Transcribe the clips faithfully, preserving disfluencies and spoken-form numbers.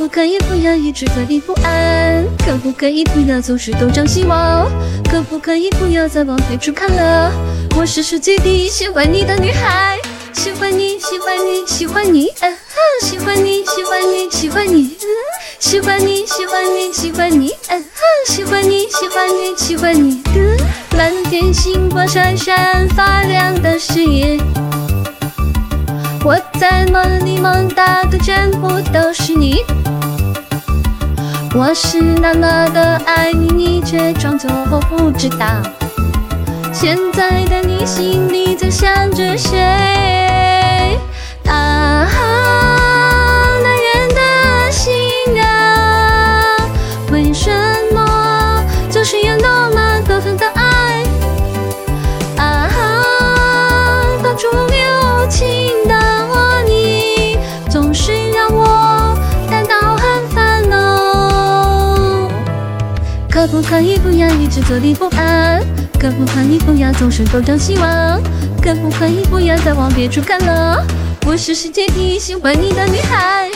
不可以不要一直坐立不安？可不可以不要总是东张西望？可不可以不要再往别处看了？我是世界第一喜欢你的女孩，喜欢你，喜欢你，喜欢你，啊啊、喜欢你，喜欢你，喜欢你，嗯、喜欢你，喜欢你，喜欢你，啊啊、喜欢你，喜欢你，喜欢你。嗯、蓝天星光闪闪发亮的视野，我在梦里梦到的全部都是你。我是那么的爱你，你却装作不知道。现在的你心里在想着谁？啊，男人的心啊，为什么就是有那么多份的爱？啊，当初有情的我，你总是让我感到很烦恼。可不可以不要一直坐立不安？可不可以不要总是东张西望？可不可以不要再往别处看了？我是世界第一喜欢你的女孩。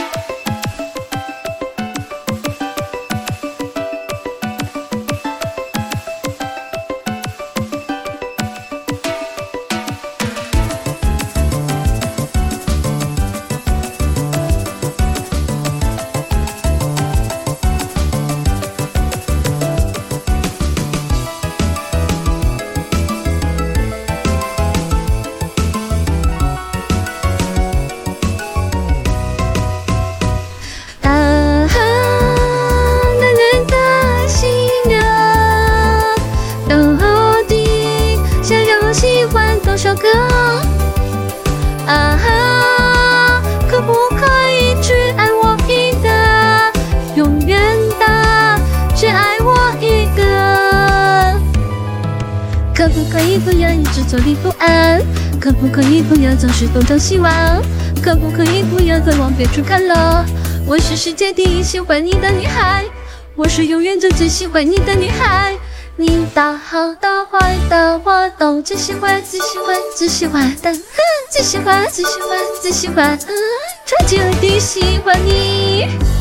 多少个啊哈，可不可以只爱我一个，永远的只爱我一个？可不可以不要一直坐立不安？可不可以不要总是东张西望？可不可以不要再往别处看了？我是世界第一喜欢你的女孩，我是永远最最喜欢你的女孩。你的好的坏的我都只喜欢，只喜欢，只喜欢的，嗯，只喜欢，只喜欢，只喜欢，嗯，超级无敌喜欢你。